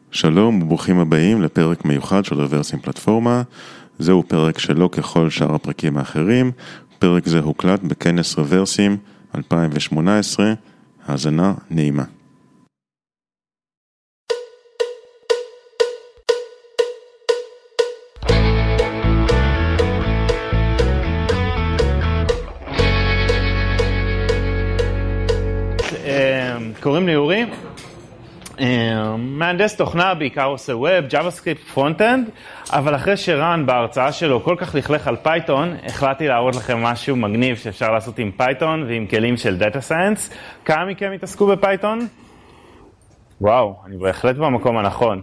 שלום וברוכים הבאים לפרק מיוחד של רוורסים פלטפורמה. זהו פרק שלא ככל שאר הפרקים האחרים. פרק זה הוקלט בכנס רוורסים 2018. האזנה נעימה. קוראים לי אורי, מהנדס תוכנה, בעיקר עושה ווב, JavaScript, פרונט-אנד, אבל אחרי שרן בהרצאה שלו כל כך לכלך על פייתון, החלטתי להראות לכם משהו מגניב שאפשר לעשות עם פייתון ועם כלים של Data Science. כמה מכם התעסקו בפייתון? וואו, אני בהחלט במקום הנכון.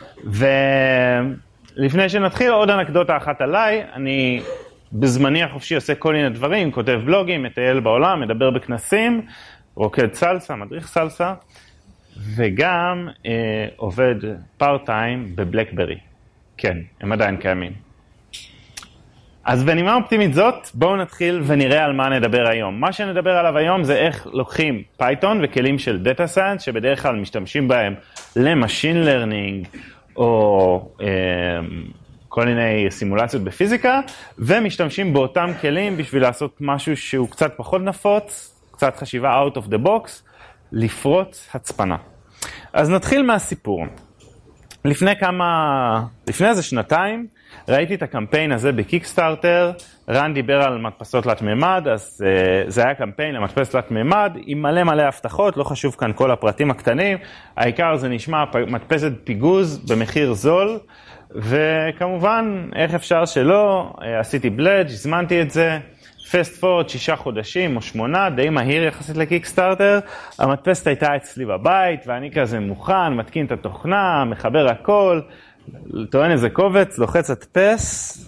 ולפני שנתחיל, עוד אנקדוטה אחת עליי. אני בזמני החופשי עושה כל מיני דברים, כותב בלוגים, מטייל בעולם, מדבר בכנסים, רוקד סלסה, מדריך סלסה, וגם עובד פארט-טיים בבלקברי. כן, הם עדיין קיימים. אז בנימה אופטימית זאת, בואו נתחיל ונראה על מה נדבר היום. מה שנדבר עליו היום זה איך לוקחים פייתון וכלים של Data Science, שבדרך כלל משתמשים בהם ל-Machine Learning, או כל מיני סימולציות בפיזיקה, ומשתמשים באותם כלים בשביל לעשות משהו שהוא קצת פחות נפוץ, קצת חשיבה out of the box, לפרוץ הצפנה. אז נתחיל מהסיפור. לפני איזה שנתיים, ראיתי את הקמפיין הזה בקיקסטארטר, רן דיבר על מדפסות תלת מימד, אז זה היה קמפיין למדפסת תלת מימד, עם מלא הבטחות, לא חשוב כאן כל הפרטים הקטנים, העיקר זה נשמע מדפסת פיגוז במחיר זול, וכמובן, איך אפשר שלא, עשיתי בלג', הזמנתי את זה, פסט פורד 6 חודשים או 8, די מהיר יחסית לקיקסטארטר, המדפסת הייתה אצלי בבית, ואני כזה מוכן, מתקין את התוכנה, מחבר הכל, טוען איזה קובץ, לוחץ הדפס,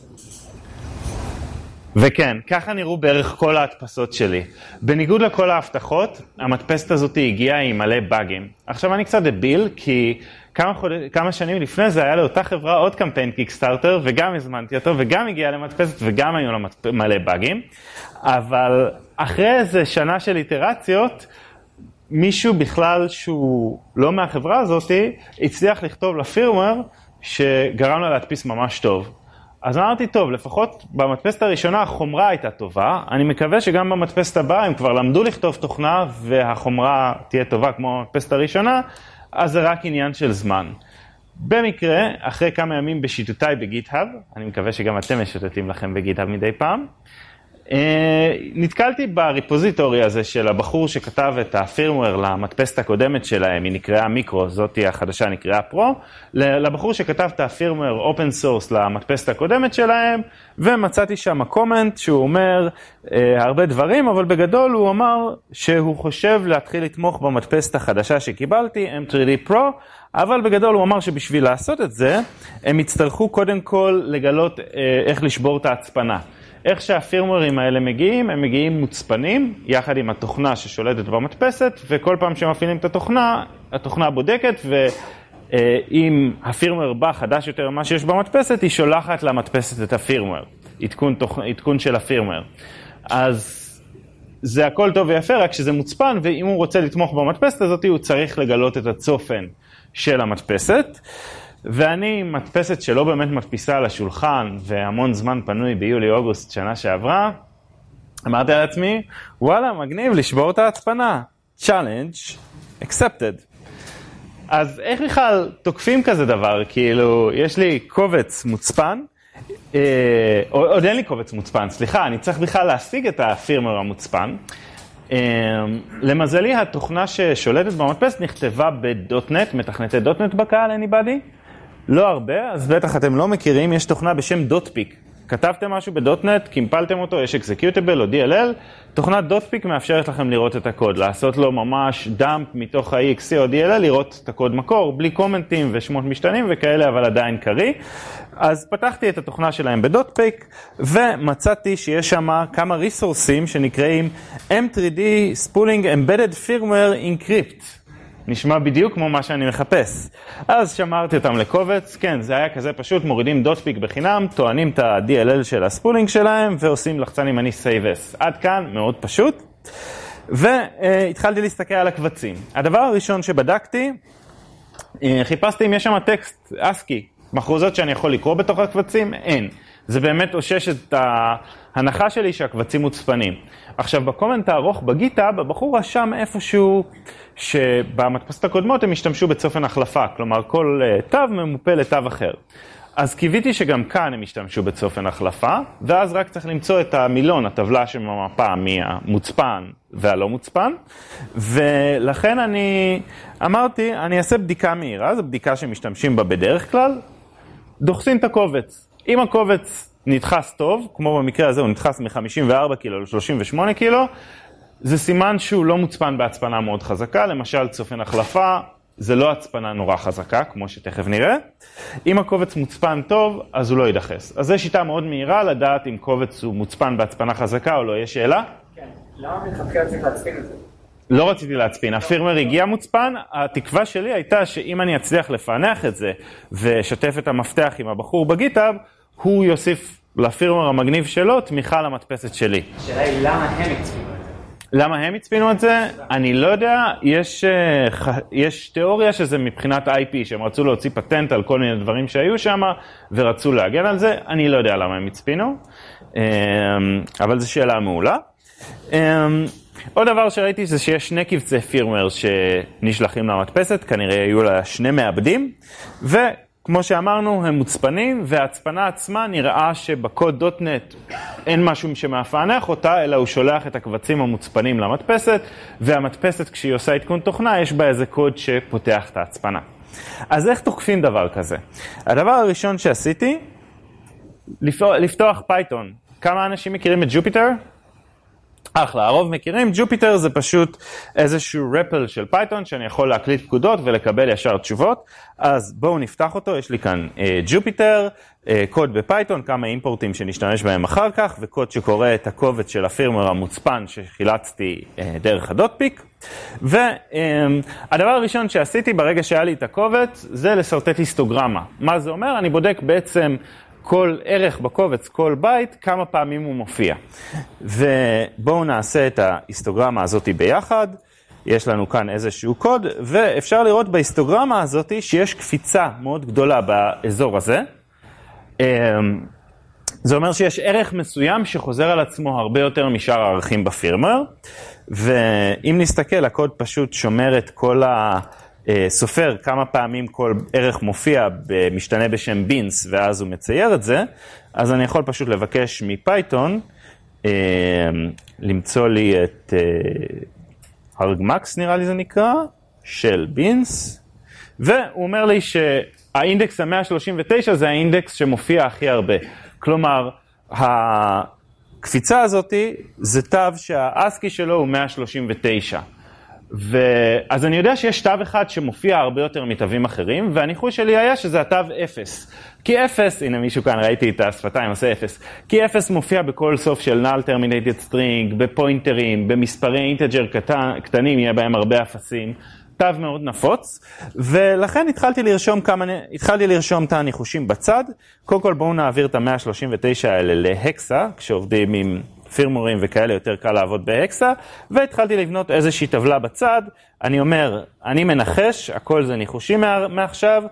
וכן, ככה נראו בערך כל ההדפסות שלי. בניגוד לכל ההבטחות, המדפסת הזאת הגיעה עם מלא באגים. עכשיו אני קצת דביל, כי כמה שנים לפני זה היה לאותה חברה עוד קמפיין קיקסטארטר, וגם הזמנתי אותו, וגם הגיע למדפסת, וגם היו לו מלא באגים. אבל אחרי איזה שנה של איטרציות, מישהו בכלל שהוא לא מהחברה הזאת, הצליח לכתוב לפירמר שגרם לה להדפיס ממש טוב. אז אמרתי, טוב, לפחות במדפסת הראשונה החומרה הייתה טובה, אני מקווה שגם במדפסת הבאה הם כבר למדו לכתוב תוכנה והחומרה תהיה טובה כמו המדפסת הראשונה, אז זה רק עניין של זמן. במקרה, אחרי כמה ימים בשיטותיי בגיטהאב, אני מקווה שגם אתם משוטטים לכם בגיטהאב מדי פעם, נתקלתי בריפוזיטורי הזה של הבחור שכתב את הפירמוור למדפסת הקודמת שלהם, היא נקראה מיקרו, זאת היא החדשה נקראה פרו, לבחור שכתב את הפירמוור אופן סורס למדפסת הקודמת שלהם, ומצאתי שם קומנט שהוא אומר הרבה דברים, אבל בגדול הוא אמר שהוא חושב להתחיל לתמוך במדפסת החדשה שקיבלתי, M3D Pro, אבל בגדול הוא אמר שבשביל לעשות את זה, הם יצטרכו קודם כל לגלות איך לשבור את ההצפנה. איך שהפירמורים האלה מגיעים, הם מגיעים מוצפנים, יחד עם התוכנה ששולטת במדפסת, וכל פעם שמפעילים את התוכנה בודקת, ואם הפירמור בא חדש יותר ממה שיש במדפסת, היא שולחת למדפסת את הפירמור, עדכון של הפירמור. אז זה הכל טוב ויפה, רק שזה מוצפן, ואם הוא רוצה לתמוך במדפסת הזאת, הוא צריך לגלות את הצופן של המדפסת. ואני מדפסת שלא באמת מדפיסה על השולחן, והמון זמן פנוי ביולי-אוגוסט שנה שעברה, אמרתי על עצמי, וואלה, מגניב לשבור את ההצפנה. Challenge accepted. אז איך בכלל תוקפים כזה דבר? כאילו, יש לי קובץ מוצפן, עוד אין לי קובץ מוצפן, סליחה, אני צריך בכלל להשיג את הפירמוור המוצפן. למזלי, התוכנה ששולטת במדפסת נכתבה בדוטנט, מתכנתי דוטנט בקהל, anybody? לא הרבה, אז בטח אתם לא מכירים, יש תוכנה בשם דוטפיק. כתבתם משהו בדוטנט, קימפלתם אותו, יש אקזקיוטיבל או DLL, תוכנת דוטפיק מאפשרת לכם לראות את הקוד, לעשות לו ממש דאמפ מתוך ה-EXE או DLL, לראות את הקוד מקור, בלי קומנטים ושמות משתנים וכאלה, אבל עדיין קרי. אז פתחתי את התוכנה שלהם בדוטפיק, ומצאתי שיש שם כמה ריסורסים שנקראים M3D Spooling Embedded Firmware Encrypt. נשמע בדיוק כמו מה שאני מחפש. אז שמרתי אותם לקובץ, כן, זה היה כזה פשוט, מורידים דוטפיק בחינם, טוענים את ה-DLL של הספולינג שלהם, ועושים לחצן ימני Save As. עד כאן, מאוד פשוט. והתחלתי להסתכל על הקבצים. הדבר הראשון שבדקתי, חיפשתי אם יש שם טקסט אסקי, מחרוזות שאני יכול לקרוא בתוך הקבצים, אין. זה באמת אושש את ההנחה שלי שהקבצים מוצפנים. עכשיו, בקומנט הארוך בגיטהאב, הבחור רשם איפשהו שבמדפסות הקודמות הם השתמשו בצופן החלפה, כלומר כל תו ממופה לתו אחר. אז קיוויתי שגם כאן הם השתמשו בצופן החלפה, ואז רק צריך למצוא את המילון, הטבלה שממפה מהמוצפן והלא מוצפן, ולכן אני אמרתי, אני אעשה בדיקה מהירה, זו בדיקה שמשתמשים בה בדרך כלל, דוחסים את הקובץ. אם הקובץ נדחס טוב, כמו במקרה הזה הוא נדחס מ-54 קילו ל-38 קילו, זה סימן שהוא לא מוצפן בהצפנה מאוד חזקה, למשל צופן החלפה, זה לא הצפנה נורא חזקה, כמו שתכף נראה. אם הקובץ מוצפן טוב, אז הוא לא יידחס. אז זו שיטה מאוד מהירה לדעת אם קובץ הוא מוצפן בהצפנה חזקה או לא. יש שאלה? כן. למה מלכתחילה צריך להצפין את זה? לא רציתי להצפין. הפירמר הגיע מוצפן. התקווה שלי הייתה שאם אני אצליח לפענח את זה ושתף את המפתח עם הבחור בגיטהאב, הוא יוסיף לפירמר המגניב שלו תמיכה למדפסת שלי. השאלה היא למה הם הצפינו את זה? למה הם הצפינו את זה? אני לא יודע, יש תיאוריה שזה מבחינת IP, שהם רצו להוציא פטנט על כל מיני דברים שהיו שם, ורצו להגן על זה, אני לא יודע למה הם הצפינו, אבל זו שאלה מעולה. עוד דבר שראיתי זה שיש שני קבצי פירמר שנשלחים למדפסת, כנראה יהיו לה שני מעבדים, כמו שאמרנו, הם מוצפנים, וההצפנה עצמה נראה שבקוד .NET אין משהו שמאפענח אותה, אלא הוא שולח את הקבצים המוצפנים למדפסת, והמדפסת כשהיא עושה עדכון תוכנה, יש בה איזה קוד שפותח את ההצפנה. אז איך תוקפים דבר כזה? הדבר הראשון שעשיתי, לפתוח פייתון. כמה אנשים מכירים את ג'ופיטר? אחלה, הרוב מכירים. ג'ופיטר זה פשוט איזשהו רפל של פייתון שאני יכול להקליט פקודות ולקבל ישר תשובות. אז בואו נפתח אותו, יש לי כאן ג'ופיטר, קוד בפייתון, כמה אימפורטים שנשתמש בהם אחר כך, וקוד שקורא את הקובץ של הפירמר המוצפן שחילצתי דרך הדוטפיק. והדבר הראשון שעשיתי ברגע שהיה לי את הקובץ זה לסרטט היסטוגרמה. מה זה אומר? אני בודק בעצם כל ערך בקובץ, כל בייט, כמה פעמים הוא מופיע. ובואו נעשה את ההיסטוגרמה הזאת ביחד. יש לנו כאן איזשהו קוד, ואפשר לראות בהיסטוגרמה הזאת שיש קפיצה מאוד גדולה באזור הזה. זה אומר שיש ערך מסוים שחוזר על עצמו הרבה יותר משאר הערכים בפירמר, ואם נסתכל, הקוד פשוט שומר את כל סופר כמה פעמים כל ערך מופיע במשתנה בשם בינס, ואז הוא מצייר את זה. אז אני יכול פשוט לבקש מפייתון למצוא לי את ארגמקס, נראה לי זה נקרא, של בינס, והוא אומר לי שהאינדקס ה-139 זה האינדקס שמופיע הכי הרבה. כלומר, הקפיצה הזאת זה תו שהאסקי שלו הוא 139. אז אני יודע שיש תו אחד שמופיע הרבה יותר מתווים אחרים, והניחוש שלי היה שזה התו 0. כי 0, הנה מישהו כאן, ראיתי את השפתיים, עושה 0. כי 0 מופיע בכל סוף של null terminated string, בפוינטרים, במספרי אינטג'ר קטנים, יהיה בהם הרבה אפסים. תו מאוד נפוץ, ולכן התחלתי לרשום את הניחושים בצד. קודם כל בואו נעביר את ה-139 האלה להקסה, כשעובדים עם פירמורים וכאלה יותר קל לעבוד בהקסה, והתחלתי לבנות איזושהי טבלה בצד. אני אומר, אני מנחש, הכל זה ניחושים מעכשיו,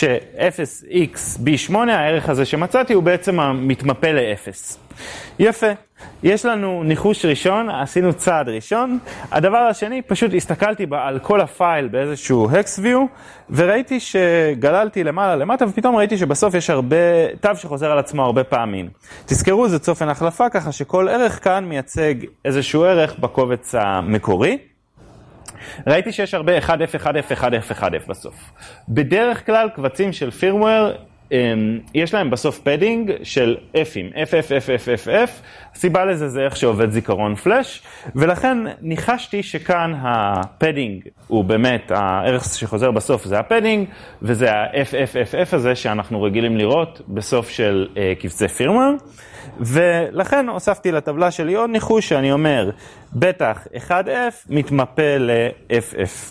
ש-0xb8, הערך הזה שמצאתי, הוא בעצם מתמפה ל-0. יפה. יש לנו ניחוש ראשון, עשינו צעד ראשון. הדבר השני, פשוט הסתכלתי על כל הפייל באיזשהו hex view, וראיתי שגללתי למעלה למטה, ופתאום ראיתי שבסוף יש הרבה תו שחוזר על עצמו הרבה פעמים. תזכרו, זה צופן החלפה, ככה שכל ערך כאן מייצג איזשהו ערך בקובץ המקורי. ראיתי שיש הרבה 1F, 1F, 1F, 1F בסוף. בדרך כלל קבצים של פירמוור, יש להם בסוף פדינג של F'ים, F, F, F, F, F, F. הסיבה לזה זה איך שעובד זיכרון פלאש, ולכן ניחשתי שכאן הפדינג הוא באמת, הערך שחוזר בסוף זה הפדינג, וזה ה-F, F, F, F הזה שאנחנו רגילים לראות בסוף של קבצי פירמוור. ולכן הוספתי לטבלה שלי עוד ניחוש שאני אומר, בטח 1F מתמפה ל-FF.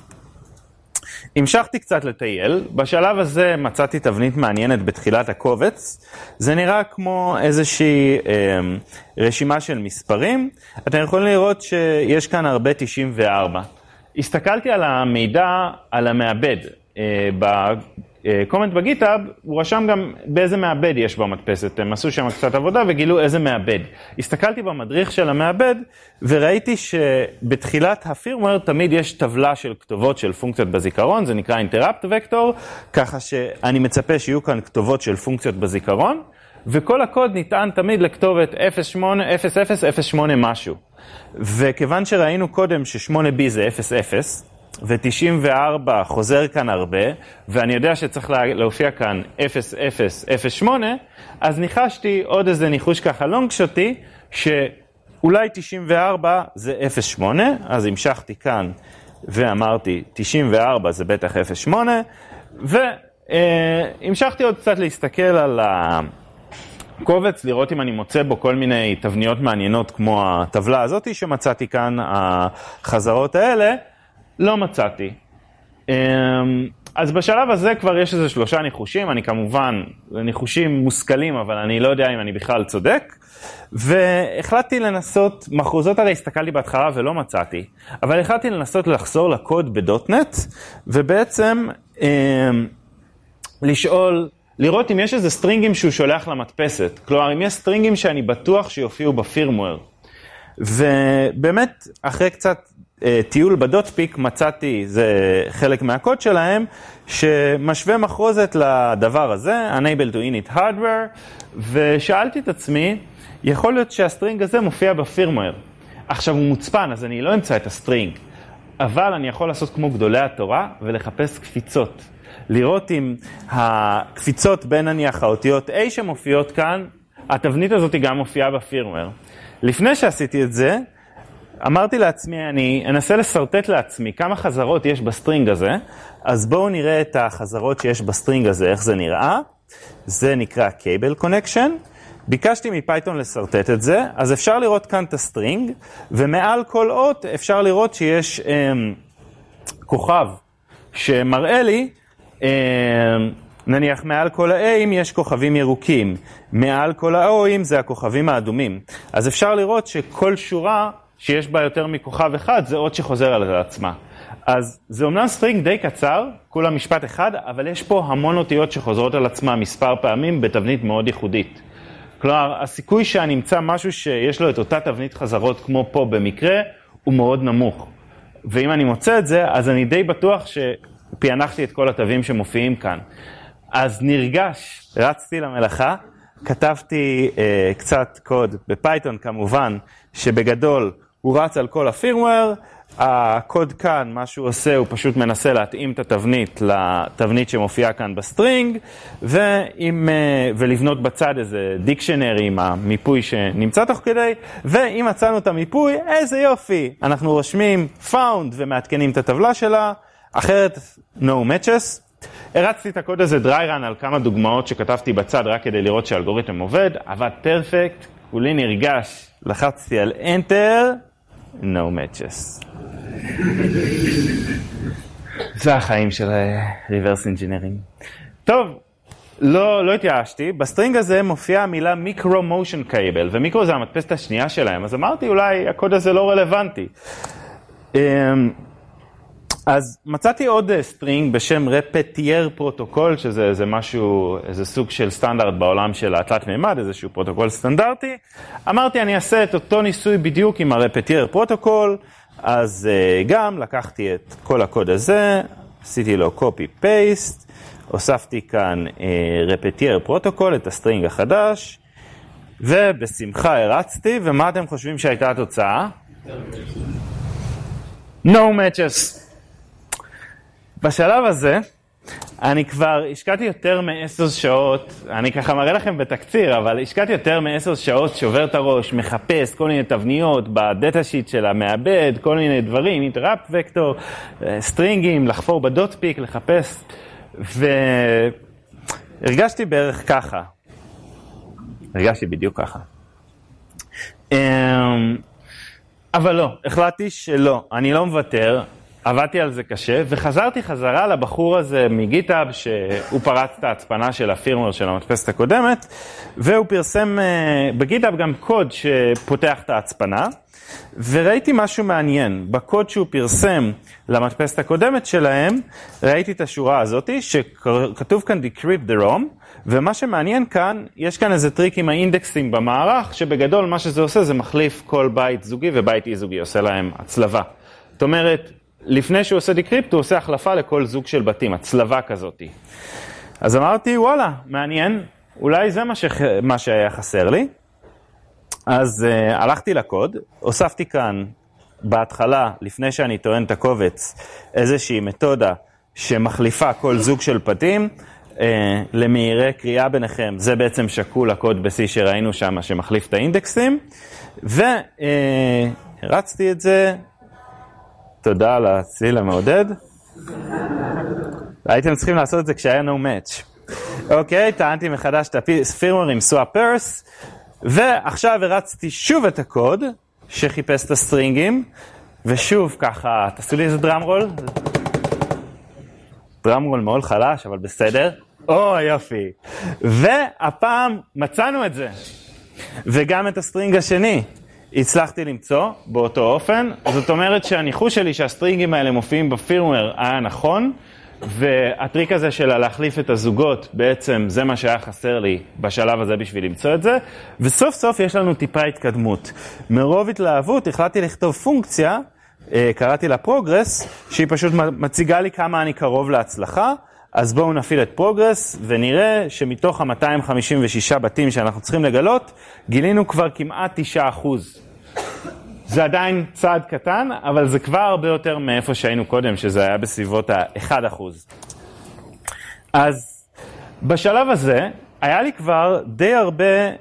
המשכתי קצת לטייל, בשלב הזה מצאתי תבנית מעניינת בתחילת הקובץ, זה נראה כמו איזושהי רשימה של מספרים, אתם יכולים לראות שיש כאן הרבה 94. הסתכלתי על המידע על המעבד, בקומנט בגיטאב, הוא רשם גם באיזה מעבד יש במדפסת. הם עשו שם קצת עבודה וגילו איזה מעבד. הסתכלתי במדריך של המעבד וראיתי שבתחילת הפירמוור תמיד יש טבלה של כתובות של פונקציות בזיכרון, זה נקרא interrupt vector, ככה שאני מצפה שיהיו כאן כתובות של פונקציות בזיכרון, וכל הקוד ניתן תמיד לכתובת 0008 משהו. וכיוון שראינו קודם ש8B זה 00, ו94 חוזר כאן הרבה, ואני יודע שצריך להופיע כאן 0008, אז ניחשתי עוד איזה ניחוש ככה לונגשוטי, שאולי 94 זה 08, אז המשכתי כאן ואמרתי 94 זה בטח 08, והמשכתי עוד קצת להסתכל על קובץ, לראות אם אני מוצא בו כל מיני תבניות מעניינות כמו הטבלה הזאת שמצאתי כאן, החזרות האלה, לא מצאתי. אז בשלב הזה כבר יש איזה 3 ניחושים, אני כמובן, ניחושים מושכלים, אבל אני לא יודע אם אני בכלל צודק, והחלטתי לנסות, מחרוזות הרי הסתכלתי בהתחלה ולא מצאתי, אבל החלטתי לנסות לחזור לקוד בדוטנט, ובעצם לשאול, לראות אם יש איזה סטרינגים שהוא שולח למדפסת, כלומר אם יש סטרינגים שאני בטוח שיופיעו בפירמוור. ובאמת אחרי קצת טיול בדוטפיק מצאתי, זה חלק מהקוד שלהם, שמשווה מחרוזת לדבר הזה, enable to init hardware, ושאלתי את עצמי, יכול להיות שהסטרינג הזה מופיע בפירמוור. עכשיו הוא מוצפן, אז אני לא אמצא את הסטרינג, אבל אני יכול לעשות כמו גדולי התורה ולחפש קפיצות. לראות אם הקפיצות בין נניח האותיות A שמופיעות כאן, התבנית הזאת היא גם מופיעה בפירמוור. לפני שעשיתי את זה, אמרתי לעצמי, אני אנסה לסרטט לעצמי כמה חזרות יש בסטרינג הזה, אז בואו נראה את החזרות שיש בסטרינג הזה, איך זה נראה. זה נקרא Cable Connection. ביקשתי מפייתון לסרטט את זה, אז אפשר לראות כאן את הסטרינג, ומעל כל אות אפשר לראות שיש כוכב שמראה לי, נניח מעל כל ה-A'ים יש כוכבים ירוקים, מעל כל ה-O'ים זה הכוכבים האדומים. אז אפשר לראות שכל שורה שיש בה יותר מכוכב אחד זה אות שחוזר על עצמה. אז זה אומנם סטרינג די קצר, כולה משפט אחד, אבל יש פה המון אותיות שחוזרות על עצמה מספר פעמים בתבנית מאוד ייחודית. כלומר, הסיכוי שאני אמצא משהו שיש לו את אותה תבנית חזרות כמו פה במקרה, הוא מאוד נמוך. ואם אני מוצא את זה, אז אני די בטוח שפענחתי את כל התווים שמופיעים כאן. אז נרגש, רצתי למלאכה, כתבתי קצת קוד בפייתון כמובן, שבגדול הוא רץ על כל הפירמוור, הקוד כאן, מה שהוא עושה, הוא פשוט מנסה להתאים את התבנית לתבנית שמופיעה כאן בסטרינג, ולבנות בצד איזה דיקשנרי עם המיפוי שנמצא תוך כדי, ואם מצאנו את המיפוי, איזה יופי, אנחנו רושמים found ומעדכנים את הטבלה שלה, אחרת no matches. הרצתי את הקוד הזה dry run על כמה דוגמאות שכתבתי בצד רק כדי לראות שהאלגוריתם עובד, עבד פרפקט, כולי נרגש, לחצתי על enter, no matches. זה החיים של reverse engineering. טוב, לא התייאשתי, בסטרינג הזה מופיעה המילה micro motion cable, ומיקרו זה המדפסת השנייה שלהם, אז אמרתי אולי הקוד הזה לא רלוונטי. אז מצאתי עוד סטרינג בשם רפטייר פרוטוקול, שזה משהו, איזה סוג של סטנדרט בעולם של התלת מימד, איזשהו פרוטוקול סטנדרטי. אמרתי, אני אעשה את אותו ניסוי בדיוק עם הרפטייר פרוטוקול, אז גם לקחתי את כל הקוד הזה, עשיתי לו copy paste, הוספתי כאן רפטייר פרוטוקול, את הסטרינג החדש, ובשמחה הרצתי, ומה אתם חושבים שהייתה התוצאה? No matches. בשלב הזה, אני כבר השקעתי יותר מ10 שעות, אני ככה מראה לכם בתקציר, אבל השקעתי יותר מ10 שעות שובר את הראש, מחפש כל מיני תבניות בדאטה שיט של המעבד, כל מיני דברים, interrupt vector, סטרינגים, לחפור בדוטפיק, לחפש, והרגשתי בערך ככה. הרגשתי בדיוק ככה. אבל לא, החלטתי שלא, אני לא מוותר, עבדתי על זה קשה, וחזרתי חזרה לבחור הזה מגיטאב, שהוא פרץ את ההצפנה של הפירמוור של המדפסת הקודמת, והוא פרסם בגיטאב גם קוד שפותח את ההצפנה, וראיתי משהו מעניין. בקוד שהוא פרסם למדפסת הקודמת שלהם, ראיתי את השורה הזאת, שכתוב כאן decrypt the ROM, ומה שמעניין כאן, יש כאן איזה טריק עם האינדקסים במערך, שבגדול מה שזה עושה זה מחליף כל בית זוגי ובית אי זוגי, עושה להם הצלבה. זאת אומרת, לפני שהוא עושה decrypt, הוא עושה החלפה לכל זוג של בתים, הצלבה כזאת. אז אמרתי, וואלה, מעניין, אולי זה מה שהיה חסר לי. אז הלכתי לקוד, הוספתי כאן בהתחלה, לפני שאני טוען את הקובץ, איזושהי מתודה שמחליפה כל זוג של בתים, למהירי קריאה ביניכם, זה בעצם שקול הקוד ב-C שראינו שם, שמחליף את האינדקסים, והרצתי את זה, תודה על הצליל המעודד, הייתם צריכים לעשות את זה כשהיה no match. אוקיי, טענתי מחדש את הפירמוור עם swap pairs, ועכשיו הרצתי שוב את הקוד, שחיפש את הסטרינגים, ושוב ככה, תעשו לי איזה דרמרול, דרמרול מאוד חלש, אבל בסדר. יופי. והפעם מצאנו את זה. וגם את הסטרינג השני הצלחתי למצוא באותו אופן. זאת אומרת שהניחוש שלי שהסטרינגים האלה מופיעים בפירמוור היה נכון, והטריק הזה של להחליף את הזוגות בעצם זה מה שהיה חסר לי בשלב הזה בשביל למצוא את זה. וסוף סוף יש לנו טיפה התקדמות. מרוב התלהבות החלטתי לכתוב פונקציה, קראתי לה פרוגרס, שהיא פשוט מציגה לי כמה אני קרוב להצלחה. אז בואו נפעיל את פרוגרס ונראה שמתוך ה-256 בתים שאנחנו צריכים לגלות, גילינו כבר כמעט 9%. זה עדיין צעד קטן, אבל זה כבר הרבה יותר מאיפה שהיינו קודם, שזה היה בסביבות ה-1%. אז בשלב הזה, היה לי כבר די הרבה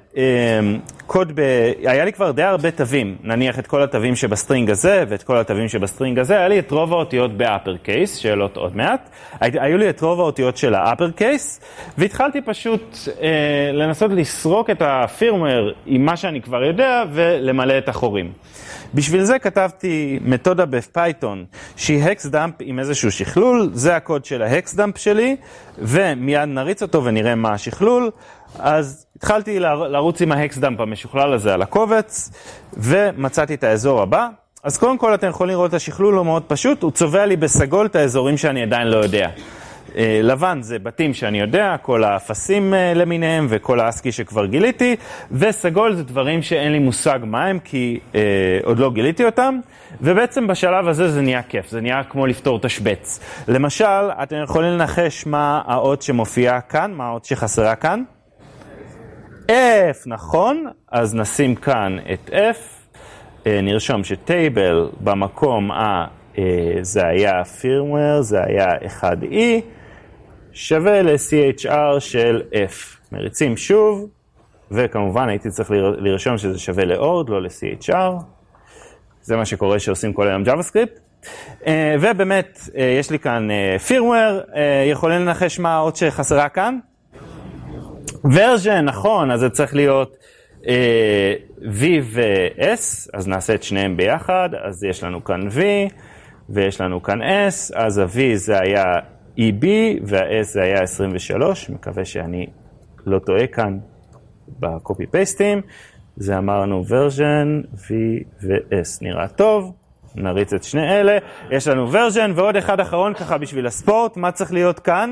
היה לי כבר די הרבה תווים, נניח את כל התווים שבסטרינג הזה ואת כל התווים שבסטרינג הזה, היה לי את רוב האותיות באפר קייס, שאלות עוד מעט, היו לי את רוב האותיות של האפר קייס, והתחלתי פשוט לנסות לסרוק את הפירמוור עם מה שאני כבר יודע ולמלא את החורים. בשביל זה כתבתי מתודה בפייתון שהיא הקסדאמפ עם איזשהו שכלול, זה הקוד של ההקסדאמפ שלי, ומיד נריץ אותו ונראה מה השכלול. אז התחלתי לרוץ עם ההקסדאמפ המשוכלל הזה על הקובץ, ומצאתי את האזור הבא. אז קודם כל אתם יכולים לראות את השכלול, הוא מאוד פשוט, הוא צובע לי בסגול את האזורים שאני עדיין לא יודע. לבן זה בתים שאני יודע, כל האפסים למיניהם וכל האסקי שכבר גיליתי, וסגול זה דברים שאין לי מושג מה הם, כי עוד לא גיליתי אותם, ובעצם בשלב הזה זה נהיה כיף, זה נהיה כמו לפתור תשבץ. למשל, אתם יכולים לנחש מה האות שמופיעה כאן, מה האות שחסרה כאן? F, נכון? אז נשים כאן את F, נרשום שטייבל במקום זה היה firmware, זה היה 1E, שווה ל-CHR של F. מריצים שוב, וכמובן הייתי צריך לרשום שזה שווה ל-ORD, לא ל-CHR. זה מה שקורה שעושים כל היום JavaScript. ובאמת, יש לי כאן firmware, יכולים לנחש מה עוד שחסרה כאן? version, נכון, אז זה צריך להיות V ו-S, אז נעשה את שניהם ביחד, אז יש לנו כאן V, ויש לנו כאן S, אז ה-V זה היה EB, וה-S זה היה 23, מקווה שאני לא טועה כאן בקופי פייסטים, זה אמרנו version, V ו-S, נראה טוב, נריץ את שני אלה, יש לנו version, ועוד אחד אחרון ככה בשביל הספורט, מה צריך להיות כאן?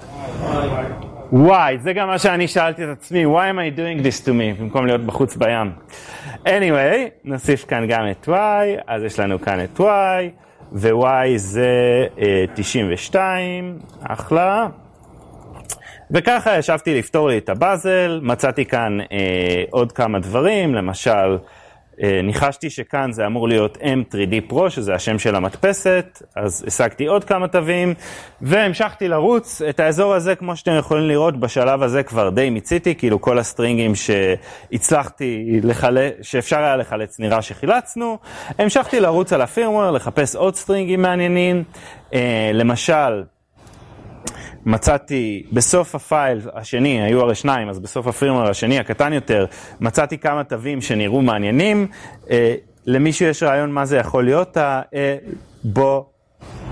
וואי, זה גם מה שאני שאלתי את עצמי, why am I doing this to me, במקום להיות בחוץ בים. anyway, נוסיף כאן גם את y, אז יש לנו כאן את y, ו-y זה 92, אחלה. וככה ישבתי לפתור לי את הבאזל, מצאתי כאן עוד כמה דברים, למשל, ניחשתי שכאן זה אמור להיות M3D Pro, שזה השם של המדפסת, אז השגתי עוד כמה תווים, והמשכתי לרוץ. את האזור הזה, כמו שאתם יכולים לראות, בשלב הזה כבר די מיציתי, כאילו כל הסטרינגים שהצלחתי שאפשר היה לחלץ נראה שחילצנו. המשכתי לרוץ על הפירמוור, לחפש עוד סטרינגים מעניינים, למשל, מצאתי בסוף הפייל השני, היו הרי שניים, אז בסוף הפירמוור השני, הקטן יותר, מצאתי כמה תווים שנראו מעניינים. למישהו יש רעיון מה זה יכול להיות?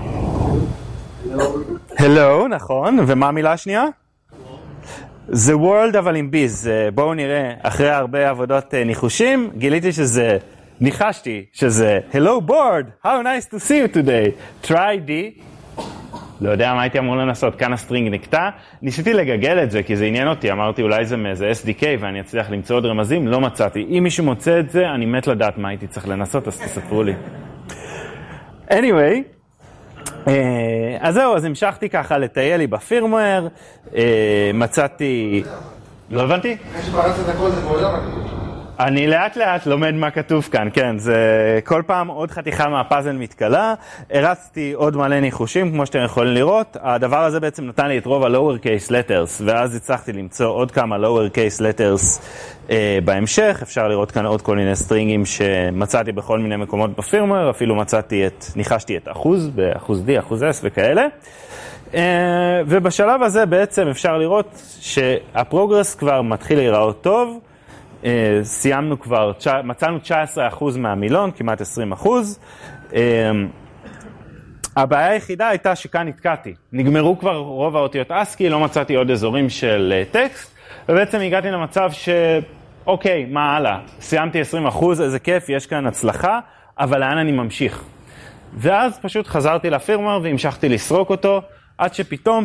Hello, נכון, ומה המילה השנייה? The world אבל עם ביז, בואו נראה, אחרי הרבה עבודות ניחושים, גיליתי שזה, ניחשתי שזה Hello board, how nice to see you today, try D, לא יודע מה הייתי אמור לנסות, כאן הסטרינג נקטע, ניסיתי לגגל את זה כי זה עניין אותי, אמרתי אולי זה מאיזה SDK ואני אצליח למצוא עוד רמזים, לא מצאתי, אם מישהו מוצא את זה, אני מת לדעת מה הייתי צריך לנסות, אז תספרו לי. anyway, אז זהו, אז המשכתי ככה לטייל לי בפירמוור, מצאתי... לא הבנתי? יש פרץ את הכל, זה בעולם הכתוב. אני לאט לאט לומד מה כתוב כאן, כן, זה כל פעם עוד חתיכה מהפאזל מתקלה, הרצתי עוד מלא ניחושים, כמו שאתם יכולים לראות, הדבר הזה בעצם נתן לי את רוב ה-lower case letters, ואז הצלחתי למצוא עוד כמה lower case letters בהמשך, אפשר לראות כאן עוד כל מיני סטרינגים שמצאתי בכל מיני מקומות בפירמוור, אפילו ניחשתי את אחוז, באחוז D, אחוז S וכאלה, ובשלב הזה בעצם אפשר לראות שהפרוגרס כבר מתחיל להיראות טוב, סיימנו כבר, מצאנו 19% מהמילון, כמעט 20%. הבעיה היחידה הייתה שכאן נתקעתי. נגמרו כבר רוב האותיות אסקי, לא מצאתי עוד אזורים של טקסט, ובעצם הגעתי למצב אוקיי, מה הלאה? סיימתי 20%, איזה כיף, יש כאן הצלחה, אבל לאן אני ממשיך? ואז פשוט חזרתי לפירמוור והמשכתי לסרוק אותו, עד שפתאום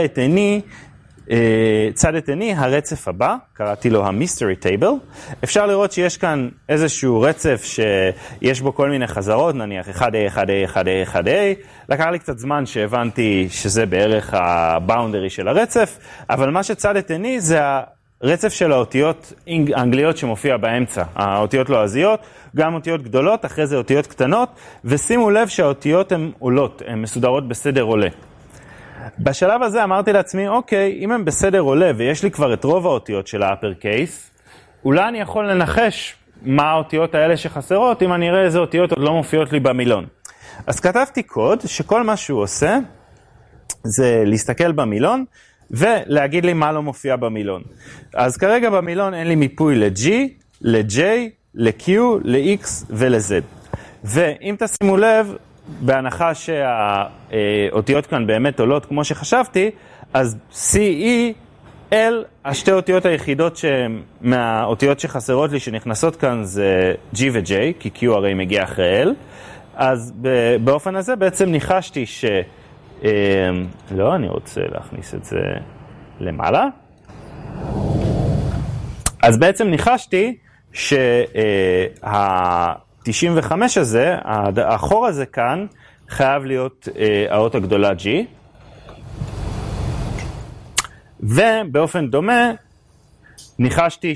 צד עתני, הרצף הבא, קראתי לו ה-mystery table, אפשר לראות שיש כאן איזשהו רצף שיש בו כל מיני חזרות, נניח 1A, 1A, 1A, 1A, לקח לי קצת זמן שהבנתי שזה בערך הבאונדרי של הרצף, אבל מה שצד עתני זה הרצף של האותיות האנגליות שמופיע באמצע, האותיות לועזיות, גם אותיות גדולות, אחרי זה אותיות קטנות, ושימו לב שהאותיות הן עולות, הן מסודרות בסדר עולה. בשלב הזה אמרתי לעצמי, אוקיי, אם הם בסדר עולה ויש לי כבר את רוב האותיות של ה-upper case, אולי אני יכול לנחש מה האותיות האלה שחסרות, אם אני אראה איזה אותיות עוד לא מופיעות לי במילון. אז כתבתי קוד שכל מה שהוא עושה זה להסתכל במילון ולהגיד לי מה לא מופיע במילון. אז כרגע במילון אין לי מיפוי ל-G, ל-J, ל-Q, ל-X ול-Z. ואם תשימו לב, בהנחה שהאותיות כאן באמת עולות כמו שחשבתי, אז C, E, L, השתי אותיות היחידות מהאותיות שחסרות לי שנכנסות כאן זה G ו-J, כי Q הרי מגיע אחרי L, אז באופן הזה בעצם ניחשתי לא, אני רוצה להכניס את זה למעלה. אז בעצם ניחשתי שה-95 הזה, האחור הזה כאן, חייב להיות האות הגדולה G. ובאופן דומה, ניחשתי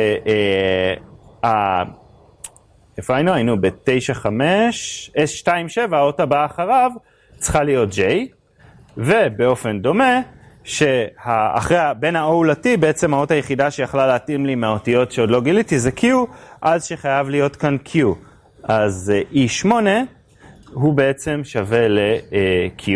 איפה היינו? היינו ב-95, S27, האות הבאה אחריו, צריכה להיות J. ובאופן דומה, בין ה-O ל-T, בעצם האות היחידה שיכלה להתאים לי מהאותיות שעוד לא גיליתי זה Q, אז שחייב להיות כאן Q. אז E8 הוא בעצם שווה ל-Q.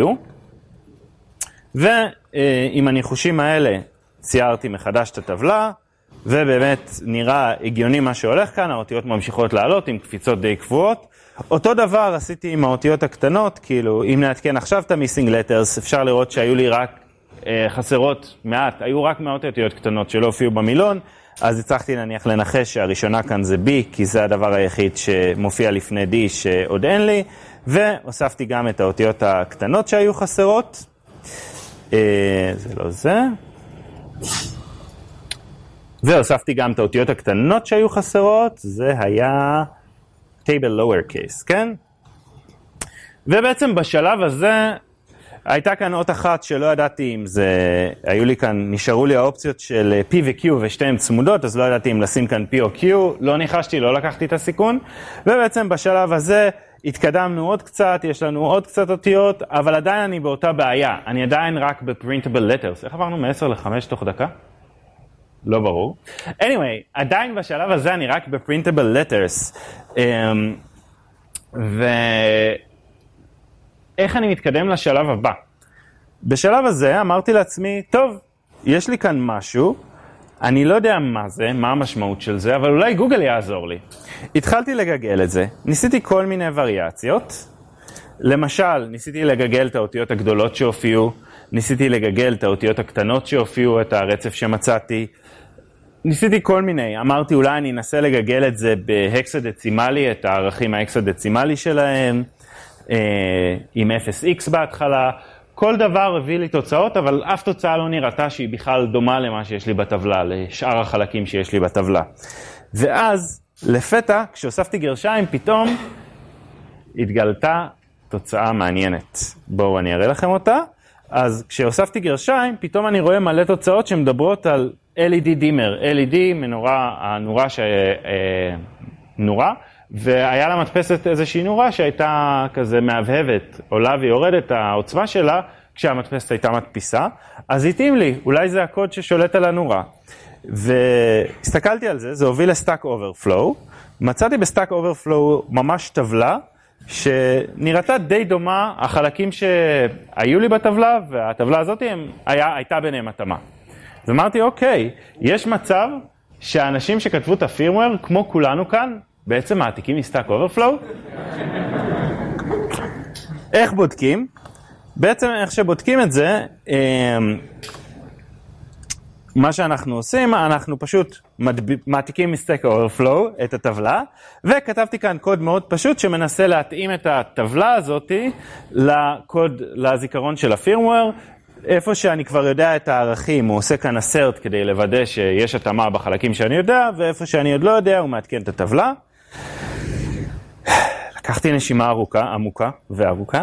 ועם הניחושים האלה ציירתי מחדש את הטבלה, ובאמת נראה הגיוני מה שהולך כאן, האותיות ממשיכות לעלות עם קפיצות די קבועות. אותו דבר עשיתי עם האותיות הקטנות, כאילו אם נעדכן עכשיו את ה-missing letters, אפשר לראות שהיו לי רק חסרות מעט, היו רק מאות אותיות קטנות שלא הופיעו במילון, אז הצלחתי נניח לנחש שהראשונה כאן זה B, כי זה הדבר היחיד שמופיע לפני D שעוד אין לי, והוספתי גם את האותיות הקטנות שהיו חסרות, זה לא זה, והוספתי גם את האותיות הקטנות שהיו חסרות, זה היה table lower case, כן? ובעצם בשלב הזה, הייתה כאן אות אחת שלא ידעתי אם זה, נשארו לי האופציות של P ו-Q ושתיהן צמודות, אז לא ידעתי אם לשים כאן P או Q, לא ניחשתי, לא לקחתי את הסיכון, ובעצם בשלב הזה התקדמנו עוד קצת, יש לנו עוד קצת אותיות, אבל עדיין אני באותה בעיה, אני עדיין רק ב-printable letters. איך עברנו מ-10 ל-5 תוך דקה? לא ברור. anyway, עדיין בשלב הזה אני רק ב-printable letters, איך אני מתקדם לשלב הבא? בשלב הזה אמרתי לעצמי, טוב, יש לי כאן משהו, אני לא יודע מה זה, מה המשמעות של זה, אבל אולי גוגל יעזור לי. התחלתי לגגל את זה, ניסיתי כל מיני וריאציות, למשל, ניסיתי לגגל את האותיות הגדולות שהופיעו, ניסיתי לגגל את האותיות הקטנות שהופיעו, את הרצף שמצאתי, ניסיתי כל מיני, אמרתי אולי אני אנסה לגגל את זה בהקסדצימלי, את הערכים ההקסדצימלי שלהם, עם 0x בהתחלה, כל דבר הביא לי תוצאות, אבל אף תוצאה לא נראתה שהיא בכלל דומה למה שיש לי בטבלה, לשאר החלקים שיש לי בטבלה. ואז, לפתע, כשהוספתי גרשיים, פתאום התגלתה תוצאה מעניינת. בואו אני אראה לכם אותה. אז כשהוספתי גרשיים, פתאום אני רואה מלא תוצאות שמדברות על LED דימר. LED, נורה, והיה לה מדפסת איזושהי נורה שהייתה כזה מהבהבת, עולה ויורדת העוצמה שלה, כשהמדפסת הייתה מדפיסה. אז התאים לי, אולי זה הקוד ששולט על הנורה. והסתכלתי על זה, זה הוביל לסטאק אוברפלואו. מצאתי בסטאק אוברפלואו ממש טבלה, שנראתה די דומה, החלקים שהיו לי בטבלה, והטבלה הזאת הייתה ביניהם התאמה. אז אמרתי, אוקיי, יש מצב שהאנשים שכתבו את הפירמוור, כמו כולנו כאן, בעצם מעתיקים מסטאק אוברפלואו. איך בודקים? בעצם איך שבודקים את זה, מה שאנחנו עושים, אנחנו פשוט מעתיקים מסטאק אוברפלואו את הטבלה, וכתבתי כאן קוד מאוד פשוט שמנסה להתאים את הטבלה הזאת לקוד, לזיכרון של הפירמוור, איפה שאני כבר יודע את הערכים, הוא עושה כאן assert כדי לוודא שיש התאמה בחלקים שאני יודע, ואיפה שאני עוד לא יודע, הוא מעדכן את הטבלה. לקחתי נשימה עמוקה,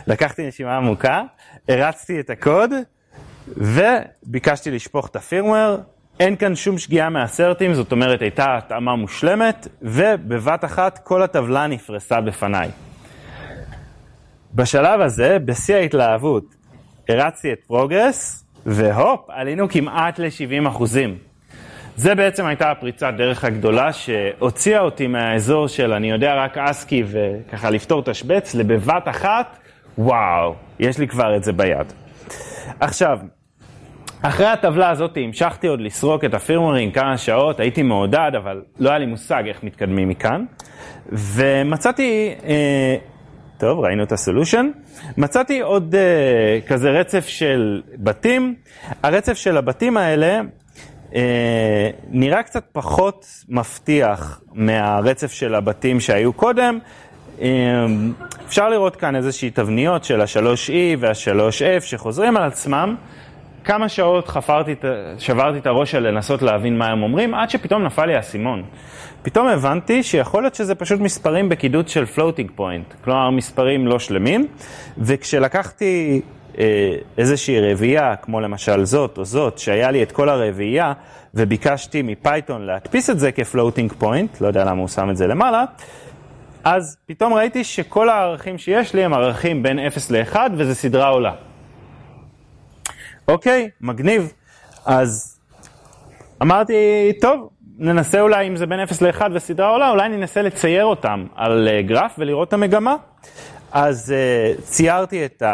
הרצתי את הקוד, וביקשתי לשפוך את הפירמוור. אין כאן שום שגיאה מהסרטים, זאת אומרת הייתה התאמה מושלמת, ובבת אחת כל הטבלה נפרסה בפניי. בשלב הזה, בשיא ההתלהבות, הרצתי את פרוגרס, והופ, עלינו כמעט ל-70%. זה בעצם הייתה הפריצת דרך הגדולה שהוציאה אותי מהאזור של אני יודע רק אסקי וככה לפתור תשבץ, לבבת אחת, וואו, יש לי כבר את זה ביד. עכשיו, אחרי הטבלה הזאת המשכתי עוד לסרוק את הפירמורים כמה שעות, הייתי מעודד, אבל לא היה לי מושג איך מתקדמים מכאן, ומצאתי, טוב, ראינו את הסולושן, מצאתי עוד כזה רצף של בתים. הרצף של הבתים האלה נראה קצת פחות מבטיח מהרצף של הבתים שהיו קודם. אפשר לראות כאן איזושהי תבניות של ה-3E וה-3F שחוזרים על עצמם. כמה שעות שברתי את הראש על לנסות להבין מה הם אומרים, עד שפתאום נפל לי הסימון. פתאום הבנתי שיכול להיות שזה פשוט מספרים בקידוד של floating point, כלומר מספרים לא שלמים, וכשלקחתי איזושהי רביעייה, כמו למשל זאת או זאת, שהיה לי את כל הרביעייה, וביקשתי מפייתון להדפיס את זה כ-floating point, לא יודע למה הוא שם את זה למעלה, אז פתאום ראיתי שכל הערכים שיש לי הם ערכים בין 0 ל-1, וזה סדרה עולה. אוקיי, מגניב. אז אמרתי, טוב, ננסה אולי אם זה בין 0 ל-1 וסדרה עולה, אולי ננסה לצייר אותם על גרף ולראות את המגמה. אז ציירתי את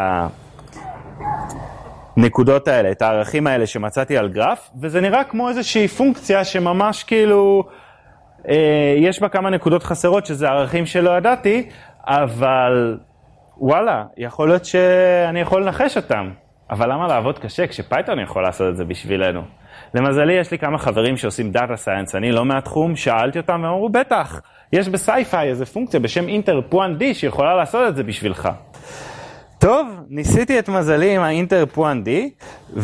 הנקודות האלה, את הערכים האלה שמצאתי על גרף, וזה נראה כמו איזושהי פונקציה שממש כאילו, יש בה כמה נקודות חסרות שזה הערכים שלא ידעתי, אבל וואלה, יכול להיות שאני יכול לנחש אותם. אבל למה לעבוד קשה כשפייתון יכול לעשות את זה בשבילנו? למזלי, יש לי כמה חברים שעושים דאטה סיינס, אני לא מהתחום, שאלתי אותם והם אמרו, בטח, יש בסייפיי איזו פונקציה בשם אינטר-פואן-די שיכולה לעשות את זה בשבילך. טוב, ניסיתי את מזלי עם האינטר-פואן-די,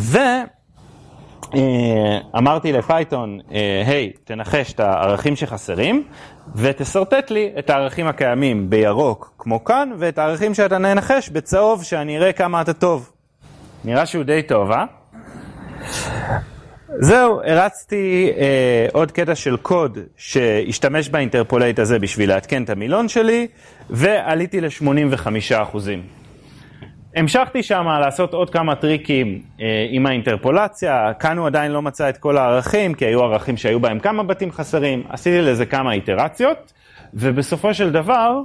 ואמרתי לפייתון, היי, תנחש את הערכים שחסרים, ותסרטט לי את הערכים הקיימים בירוק כמו כאן, ואת הערכים שאתה ננחש בצהוב, שאני אראה כמה אתה טוב. נראה שהוא די טוב, זהו, הרצתי עוד קטע של קוד שהשתמש באינטרפולייט הזה בשביל להתקן את המילון שלי, ועליתי ל-85%. המשכתי שם לעשות עוד כמה טריקים עם האינטרפולציה, כאן הוא עדיין לא מצא את כל הערכים, כי היו ערכים שהיו בהם כמה בתים חסרים, עשיתי לזה כמה איטרציות, ובסופו של דבר,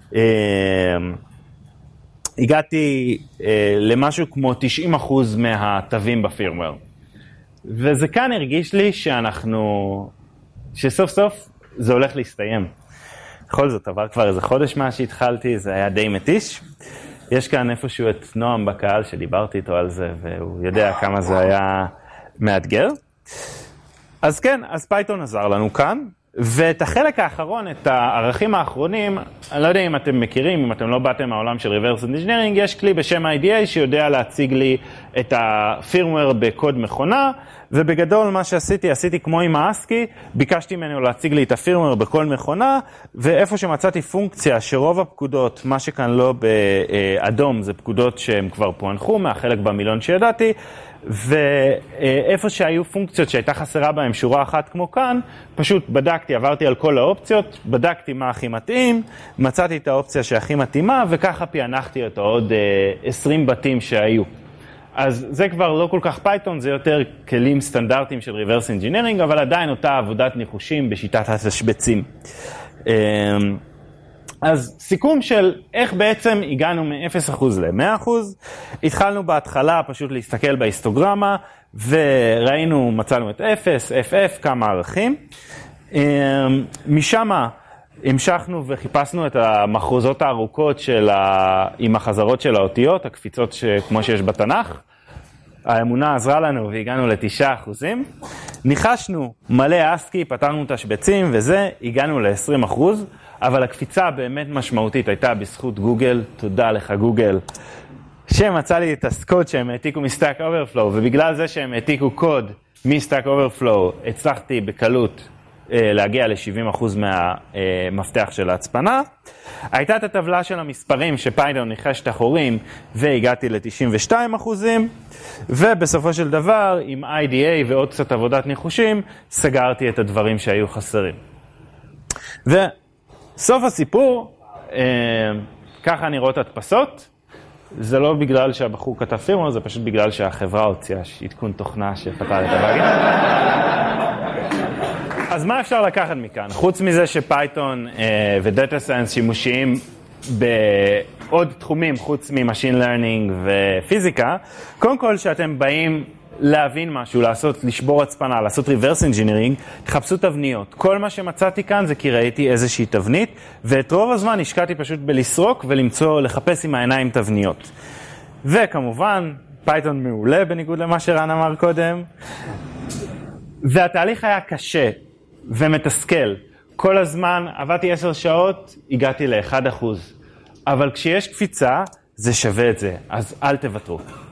הגעתי למשהו כמו 90% מהתווים בפירמוור. וזה כאן הרגיש לי שסוף סוף זה הולך להסתיים. בכל זאת, עבר כבר איזה חודש מאז שהתחלתי, זה היה די מתיש. יש כאן איפשהו את נועם בקהל שדיברתי איתו על זה, והוא יודע כמה זה היה מאתגר. אז כן, אז פייתון עזר לנו כאן, ואת החלק האחרון, את הערכים האחרונים, אני לא יודע אם אתם מכירים, אם אתם לא באתם מהעולם של Reverse Engineering, יש כלי בשם IDA שיודע להציג לי את הפירמוור בקוד מכונה, ובגדול מה שעשיתי, עשיתי כמו עם האסקי, ביקשתי ממנו להציג לי את הפירמוור בכל מכונה, ואיפה שמצאתי פונקציה שרוב הפקודות, מה שכאן לא באדום, זה פקודות שהן כבר פוענחו מהחלק במילון שידעתי, ואיפה שהיו פונקציות שהייתה חסרה בהן שורה אחת כמו כאן, פשוט בדקתי, עברתי על כל האופציות, בדקתי מה הכי מתאים, מצאתי את האופציה שהכי מתאימה, וככה פענחתי אותו עוד 20 בתים שהיו. אז זה כבר לא כל כך פייתון, זה יותר כלים סטנדרטיים של Reverse Engineering, אבל עדיין אותה עבודת ניחושים בשיטת התשבצים. אז סיכום של איך בעצם הגענו מ-0% ל-100%, התחלנו בהתחלה פשוט להסתכל בהיסטוגרמה, וראינו, מצאנו את 0, FF, כמה ערכים. משם המשכנו וחיפשנו את המחרוזות הארוכות עם החזרות של האותיות, הקפיצות כמו שיש בתנ"ך. האמונה עזרה לנו והגענו ל9%. ניחשנו מלא אסקי, פתרנו תשבצים וזה, הגענו ל-20%. אבל הקפיצה באמת משמעותית הייתה בזכות גוגל, תודה לך גוגל, שמצא לי את הקוד שהם העתיקו מסטאק אוברפלואו, ובגלל זה שהם העתיקו קוד מסטאק אוברפלואו, הצלחתי בקלות להגיע ל-70% מהמפתח של ההצפנה. הייתה את הטבלה של המספרים שפייתון ניחש את החורים, והגעתי ל-92%, ובסופו של דבר, עם IDA ועוד קצת עבודת ניחושים, סגרתי את הדברים שהיו חסרים. סוף הסיפור, ככה נראות הדפסות, זה לא בגלל שהבחור כתב פירמוור, זה פשוט בגלל שהחברה הוציאה עדכון תוכנה שפתר את הבאגים. אז מה אפשר לקחת מכאן? חוץ מזה שפייתון ודאטה סיינס שימושיים בעוד תחומים חוץ ממשין לרנינג ופיזיקה, קודם כל שאתם באים להבין משהו, לשבור הצפנה, לעשות reverse engineering, תחפשו תבניות. כל מה שמצאתי כאן זה כי ראיתי איזושהי תבנית, ואת רוב הזמן השקעתי פשוט בלסרוק לחפש עם העיניים תבניות. וכמובן, פייתון מעולה בניגוד למה שרן אמר קודם. והתהליך היה קשה ומתסכל. כל הזמן עבדתי 10 שעות, הגעתי ל1%. אבל כשיש קפיצה, זה שווה את זה, אז אל תוותרו.